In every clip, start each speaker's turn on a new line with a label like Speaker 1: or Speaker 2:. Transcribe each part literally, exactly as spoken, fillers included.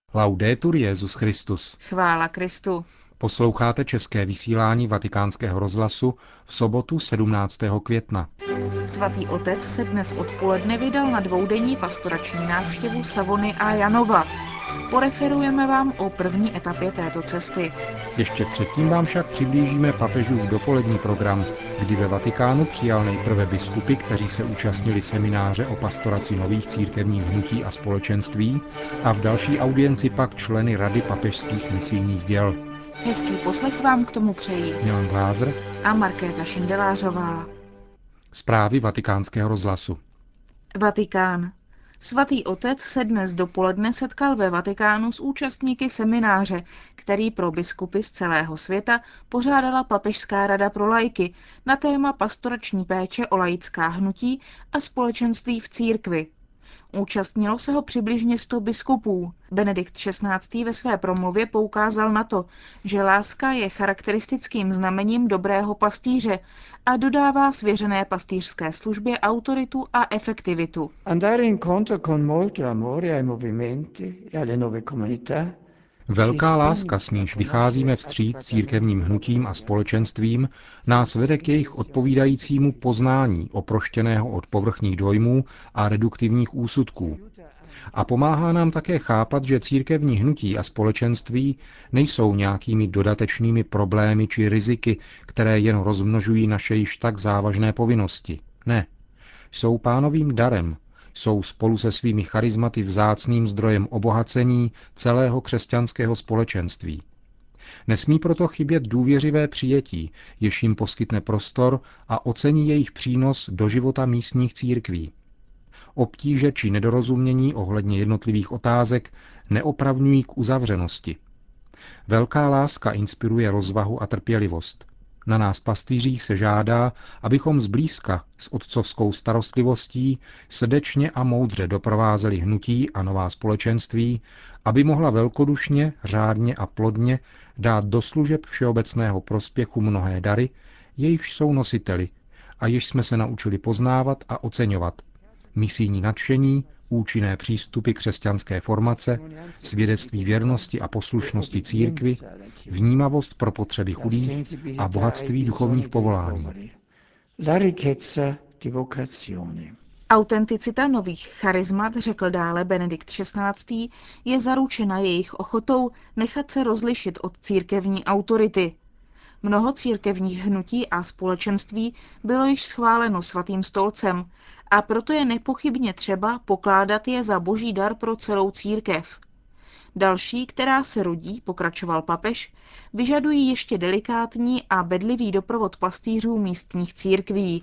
Speaker 1: Laudetur Jesus Christus.
Speaker 2: Chvála Kristu.
Speaker 1: Posloucháte české vysílání Vatikánského rozhlasu v sobotu sedmnáctého května.
Speaker 2: Svatý otec se dnes odpoledne vydal na dvoudenní pastorační návštěvu Savony a Janova. Poreferujeme vám o první etapě této cesty.
Speaker 1: Ještě předtím vám však přiblížíme papežův dopolední program, kdy ve Vatikánu přijal nejprve biskupy, kteří se účastnili semináře o pastoraci nových církevních hnutí a společenství, a v další audienci pak členy Rady papežských misijních děl.
Speaker 2: Hezký poslech vám k tomu přejí
Speaker 1: Milan Glázer
Speaker 2: a Markéta Šindelářová.
Speaker 1: Zprávy Vatikánského rozhlasu.
Speaker 2: Vatikán. Svatý otec se dnes dopoledne setkal ve Vatikánu s účastníky semináře, který pro biskupy z celého světa pořádala Papežská rada pro laiky na téma pastorační péče o laická hnutí a společenství v církvi. Účastnilo se ho přibližně sto biskupů. Benedikt šestnáctý ve své promluvě poukázal na to, že láska je charakteristickým znamením dobrého pastýře a dodává svěřené pastýřské službě autoritu a efektivitu.
Speaker 1: Velká láska, s níž vycházíme vstříc církevním hnutím a společenstvím, nás vede k jejich odpovídajícímu poznání oproštěného od povrchních dojmů a reduktivních úsudků. A pomáhá nám také chápat, že církevní hnutí a společenství nejsou nějakými dodatečnými problémy či riziky, které jen rozmnožují naše již tak závažné povinnosti. Ne. Jsou Pánovým darem, jsou spolu se svými charizmaty vzácným zdrojem obohacení celého křesťanského společenství. Nesmí proto chybět důvěřivé přijetí, jež jim poskytne prostor a ocení jejich přínos do života místních církví. Obtíže či nedorozumění ohledně jednotlivých otázek neopravňují k uzavřenosti. Velká láska inspiruje rozvahu a trpělivost. Na nás pastýřích se žádá, abychom zblízka s otcovskou starostlivostí srdečně a moudře doprovázeli hnutí a nová společenství, aby mohla velkodušně, řádně a plodně dát do služeb všeobecného prospěchu mnohé dary, jejichž jsou nositeli a jež jsme se naučili poznávat a oceňovat. Misijní nadšení, účinné přístupy křesťanské formace, svědectví věrnosti a poslušnosti církvi, vnímavost pro potřeby chudých a bohatství duchovních povolání.
Speaker 2: Autenticita nových charizmat, řekl dále Benedikt šestnáctý, je zaručena jejich ochotou nechat se rozlišit od církevní autority. Mnoho církevních hnutí a společenství bylo již schváleno svatým stolcem a proto je nepochybně třeba pokládat je za boží dar pro celou církev. Další, která se rodí, pokračoval papež, vyžadují ještě delikátní a bedlivý doprovod pastýřů místních církví.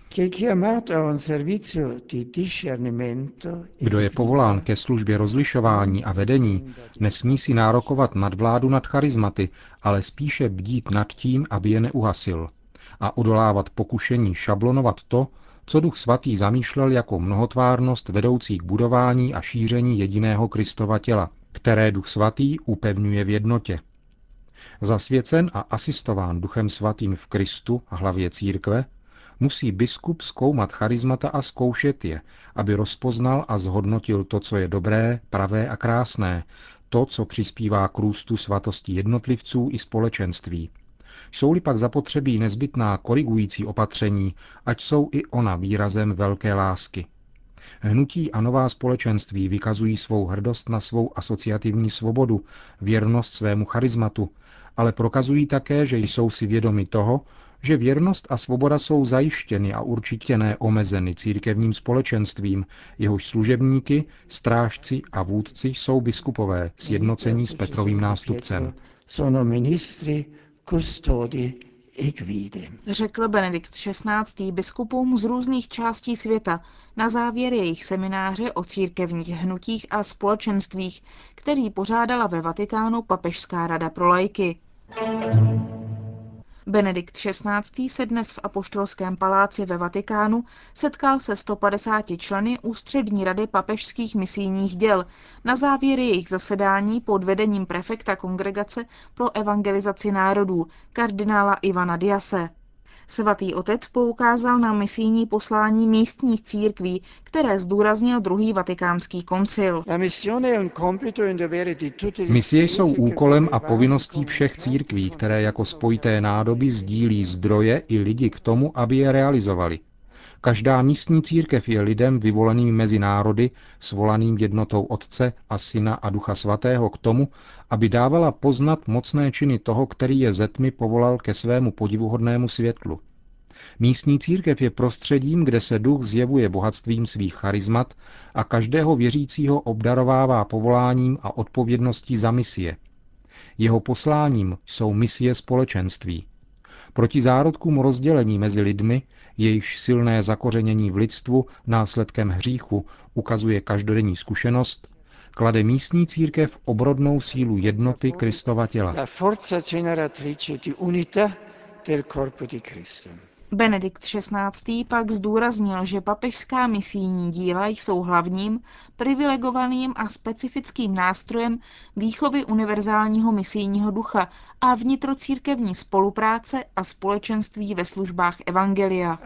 Speaker 1: Kdo je povolán ke službě rozlišování a vedení, nesmí si nárokovat nadvládu nad charizmaty, ale spíše bdít nad tím, aby je neuhasil, a odolávat pokušení šablonovat to, co Duch Svatý zamýšlel jako mnohotvárnost vedoucí k budování a šíření jediného Kristova těla, které Duch Svatý upevňuje v jednotě. Zasvěcen a asistován Duchem Svatým v Kristu, hlavě církve, musí biskup zkoumat charizmata a zkoušet je, aby rozpoznal a zhodnotil to, co je dobré, pravé a krásné, to, co přispívá k růstu svatosti jednotlivců i společenství. Jsou-li pak zapotřebí nezbytná korigující opatření, ať jsou i ona výrazem velké lásky. Hnutí a nová společenství vykazují svou hrdost na svou asociativní svobodu, věrnost svému charizmatu, ale prokazují také, že jsou si vědomi toho, že věrnost a svoboda jsou zajištěny a určitě neomezeny církevním společenstvím, jehož služebníky, strážci a vůdci jsou biskupové, sjednocení s Petrovým nástupcem.
Speaker 2: Řekl Benedikt šestnáctý biskupům z různých částí světa na závěr jejich semináře o církevních hnutích a společenstvích, který pořádala ve Vatikánu Papežská rada pro laiky. Benedikt šestnáctý se dnes v Apoštolském paláci ve Vatikánu setkal se sto padesáti členy Ústřední rady papežských misijních děl na závěr jejich zasedání pod vedením prefekta Kongregace pro evangelizaci národů, kardinála Ivana Diase. Svatý otec poukázal na misijní poslání místních církví, které zdůraznil druhý vatikánský koncil.
Speaker 1: Misie jsou úkolem a povinností všech církví, které jako spojité nádoby sdílí zdroje i lidi k tomu, aby je realizovali. Každá místní církev je lidem vyvoleným mezi národy, svolaným jednotou Otce a Syna a Ducha Svatého k tomu, aby dávala poznat mocné činy toho, který je ze tmy povolal ke svému podivuhodnému světlu. Místní církev je prostředím, kde se duch zjevuje bohatstvím svých charizmat a každého věřícího obdarovává povoláním a odpovědností za misie. Jeho posláním jsou misie společenství. Proti zárodkům rozdělení mezi lidmi, jejichž silné zakořenění v lidstvu následkem hříchu ukazuje každodenní zkušenost, klade místní církev obrodnou sílu jednoty Kristova těla.
Speaker 2: Benedikt šestnáctý. Pak zdůraznil, že papežská misijní díla jsou hlavním, privilegovaným a specifickým nástrojem výchovy univerzálního misijního ducha a vnitrocírkevní spolupráce a společenství ve službách evangelia.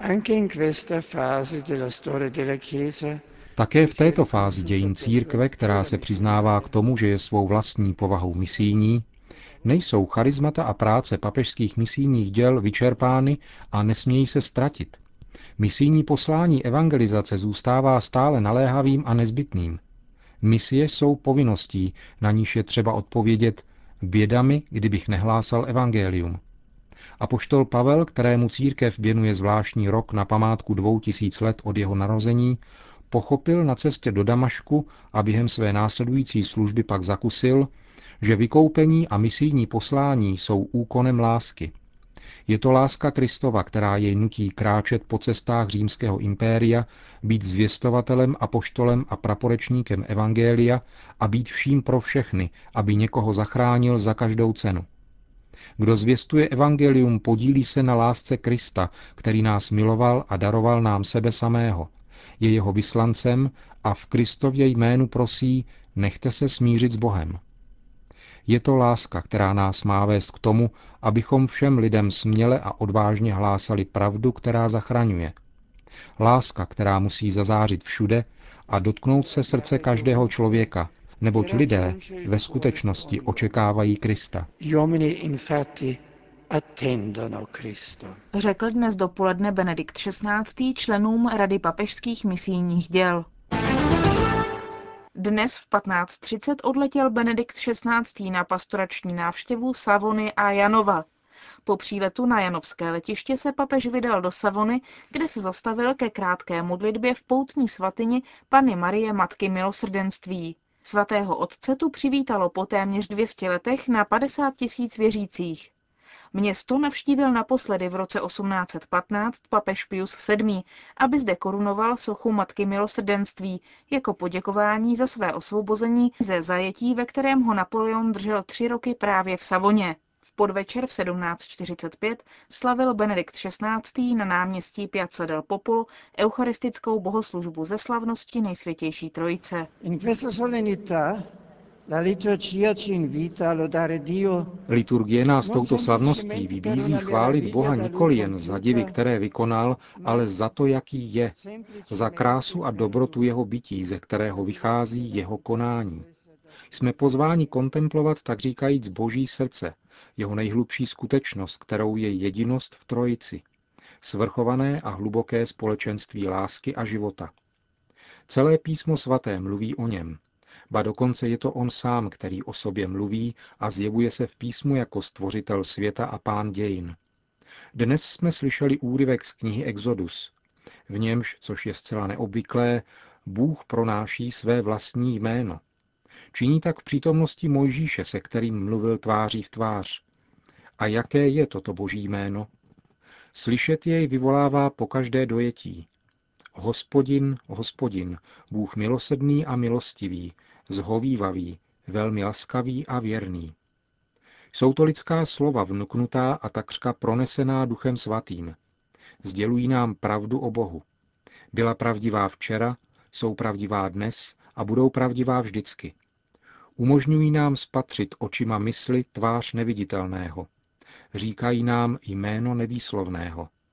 Speaker 1: Také v této fázi dějin církve, která se přiznává k tomu, že je svou vlastní povahou misijní, nejsou charizmata a práce papežských misijních děl vyčerpány a nesmějí se ztratit. Misijní poslání evangelizace zůstává stále naléhavým a nezbytným. Misie jsou povinností, na níž je třeba odpovědět bědami, kdybych nehlásal evangelium. Apoštol Pavel, kterému církev věnuje zvláštní rok na památku dvou tisíc let od jeho narození, pochopil na cestě do Damašku a během své následující služby pak zakusil, že vykoupení a misijní poslání jsou úkonem lásky. Je to láska Kristova, která jej nutí kráčet po cestách římského impéria, být zvěstovatelem, apoštolem a praporečníkem evangelia a být vším pro všechny, aby někoho zachránil za každou cenu. Kdo zvěstuje evangelium, podílí se na lásce Krista, který nás miloval a daroval nám sebe samého. Je jeho vyslancem a v Kristově jménu prosí, nechte se smířit s Bohem. Je to láska, která nás má vést k tomu, abychom všem lidem směle a odvážně hlásali pravdu, která zachraňuje. Láska, která musí zazářit všude a dotknout se srdce každého člověka, neboť lidé ve skutečnosti očekávají Krista.
Speaker 2: Řekl dnes dopoledne Benedikt šestnáctý. členům Rady papežských misijních děl. Dnes v patnáct třicet odletěl Benedikt šestnáctý. na pastorační návštěvu Savony a Janova. Po příletu na janovské letiště se papež vydal do Savony, kde se zastavil ke krátké modlitbě v poutní svatyni Panny Marie Matky milosrdenství. Svatého otce tu přivítalo po téměř dvou stech letech na padesát tisíc věřících. Město navštívil naposledy v roce osmnáct set patnáct papež Pius sedmý., aby zde korunoval sochu Matky milosrdenství jako poděkování za své osvobození ze zajetí, ve kterém ho Napoleon držel tři roky právě v Savoně. V podvečer v sedmnáct čtyřicet pět slavil Benedikt šestnáctý. na náměstí Piazza del Popolo eucharistickou bohoslužbu ze slavnosti Nejsvětější Trojice.
Speaker 1: Liturgie nás touto slavností vybízí chválit Boha nikoli jen za divy, které vykonal, ale za to, jaký je, za krásu a dobrotu jeho bytí, ze kterého vychází jeho konání. Jsme pozváni kontemplovat, tak říkajíc, Boží srdce, jeho nejhlubší skutečnost, kterou je jedinost v Trojici, svrchované a hluboké společenství lásky a života. Celé písmo svaté mluví o něm. Ba dokonce je to on sám, který o sobě mluví a zjevuje se v písmu jako stvořitel světa a pán dějin. Dnes jsme slyšeli úryvek z knihy Exodus. V němž, což je zcela neobvyklé, Bůh pronáší své vlastní jméno. Činí tak v přítomnosti Mojžíše, se kterým mluvil tváří v tvář. A jaké je toto Boží jméno? Slyšet jej vyvolává pokaždé dojetí. Hospodin, Hospodin, Bůh milosrdný a milostivý, zhovívavý, velmi laskavý a věrný. Jsou to lidská slova vnuknutá a takřka pronesená Duchem Svatým. Sdělují nám pravdu o Bohu. Byla pravdivá včera, jsou pravdivá dnes a budou pravdivá vždycky. Umožňují nám spatřit očima mysli tvář neviditelného. Říkají nám jméno nevýslovného.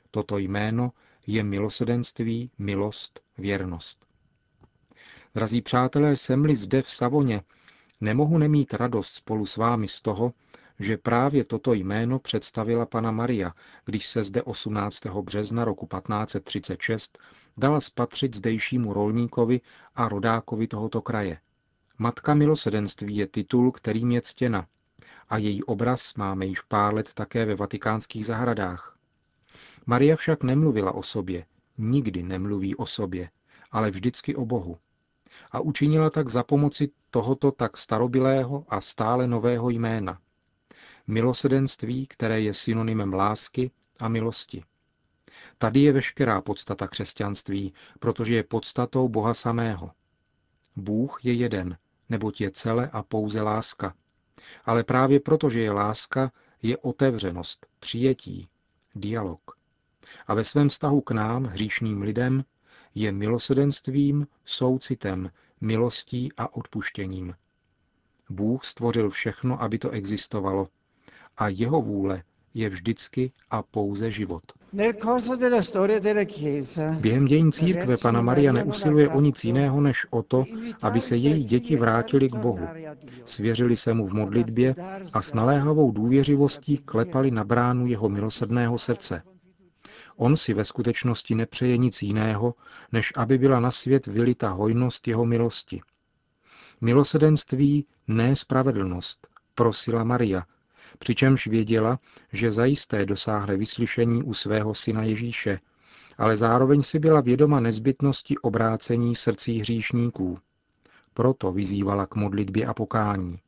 Speaker 1: Toto jméno je milosedenství, milost, věrnost. Drazí přátelé, jsem-li zde v Savoně, nemohu nemít radost spolu s vámi z toho, že právě toto jméno představila Panna Maria, když se zde osmnáctého března roku patnáct set třicet šest dala spatřit zdejšímu rolníkovi a rodákovi tohoto kraje. Matka milosedenství je titul, kterým je ctěna, a její obraz máme již pár let také ve vatikánských zahradách. Maria však nemluvila o sobě, nikdy nemluví o sobě, ale vždycky o Bohu. A učinila tak za pomoci tohoto tak starobylého a stále nového jména. Milosedenství, které je synonymem lásky a milosti. Tady je veškerá podstata křesťanství, protože je podstatou Boha samého. Bůh je jeden, neboť je celé a pouze láska. Ale právě proto, že je láska, je otevřenost, přijetí, dialog. A ve svém vztahu k nám, hříšným lidem, je milosedenstvím, soucitem, milostí a odpuštěním. Bůh stvořil všechno, aby to existovalo, a jeho vůle je vždycky a pouze život. Během dějin církve Panna Maria neusiluje o nic jiného než o to, aby se její děti vrátili k Bohu. Svěřili se mu v modlitbě a s naléhavou důvěřivostí klepali na bránu jeho milosrdného srdce. On si ve skutečnosti nepřeje nic jiného, než aby byla na svět vylita hojnost jeho milosti. Milosedenství, ne spravedlnost, prosila Maria, přičemž věděla, že zajisté dosáhne vyslyšení u svého syna Ježíše, ale zároveň si byla vědoma nezbytnosti obrácení srdcí hříšníků. Proto vyzývala k modlitbě a pokání.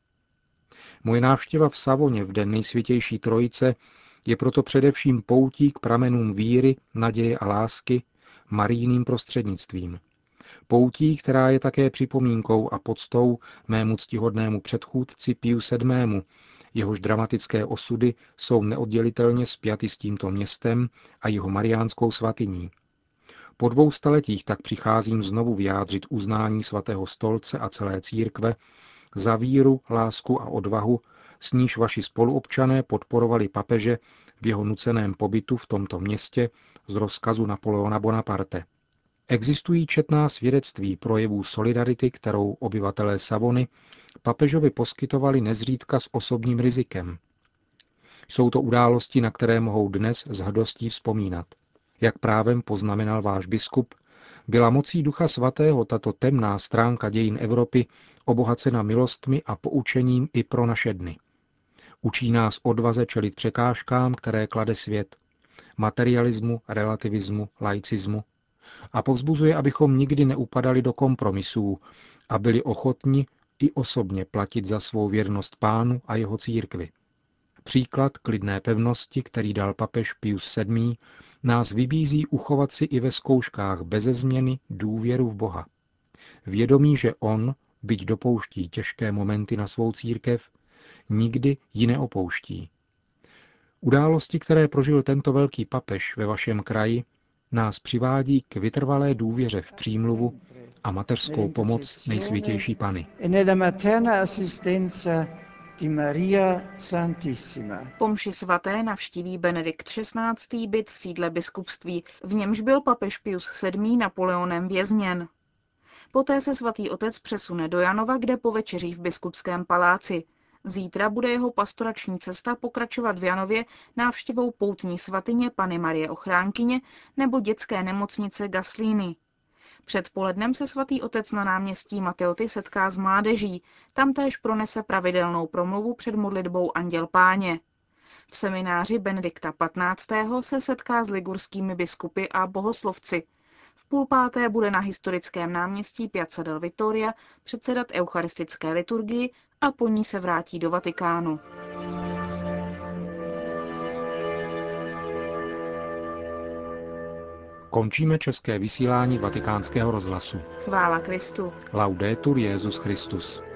Speaker 1: Moje návštěva v Savoně v den nejsvětější trojice je proto především poutí k pramenům víry, naděje a lásky Marijiným prostřednictvím. Poutí, která je také připomínkou a poctou mému ctihodnému předchůdci Piu sedmému, jehož dramatické osudy jsou neoddělitelně spjaty s tímto městem a jeho mariánskou svatyní. Po dvou staletích tak přicházím znovu vyjádřit uznání svatého stolce a celé církve za víru, lásku a odvahu, s níž vaši spoluobčané podporovali papeže v jeho nuceném pobytu v tomto městě z rozkazu Napoleona Bonaparte. Existují četná svědectví projevů solidarity, kterou obyvatelé Savony papežovi poskytovali nezřídka s osobním rizikem. Jsou to události, na které mohou dnes s hrdostí vzpomínat. Jak právem poznamenal váš biskup, byla mocí Ducha Svatého tato temná stránka dějin Evropy obohacena milostmi a poučením i pro naše dny. Učí nás odvaze čelit překážkám, které klade svět, materialismu, relativismu, laicismu, a povzbuzuje, abychom nikdy neupadali do kompromisů a byli ochotni i osobně platit za svou věrnost Pánu a jeho církvi. Příklad klidné pevnosti, který dal papež Pius sedmý, nás vybízí uchovat si i ve zkouškách beze změny důvěru v Boha. Vědomí, že on, byť dopouští těžké momenty na svou církev, nikdy ji neopouští. Události, které prožil tento velký papež ve vašem kraji, nás přivádí k vytrvalé důvěře v přímluvu a mateřskou pomoc Nejsvětější Panny.
Speaker 2: Po mši svaté navštíví Benedikt šestnáctý byt v sídle biskupství, v němž byl papež Pius sedmý Napoleonem vězněn. Poté se svatý otec přesune do Janova, kde povečeří v biskupském paláci. Zítra bude jeho pastorační cesta pokračovat v Janově návštěvou poutní svatyně Panny Marie Ochránkyně nebo dětské nemocnice Gaslíny. Předpolednem se svatý otec na náměstí Mateoty setká s mládeží, tam též pronese pravidelnou promluvu před modlitbou Anděl Páně. V semináři Benedikta patnáctého se setká s ligurskými biskupy a bohoslovci. V půl páté bude na historickém náměstí Piazza del Vittoria předsedat eucharistické liturgii a po ní se vrátí do Vatikánu.
Speaker 1: Končíme české vysílání Vatikánského rozhlasu.
Speaker 2: Chvála Kristu.
Speaker 1: Laudetur Jesus Christus.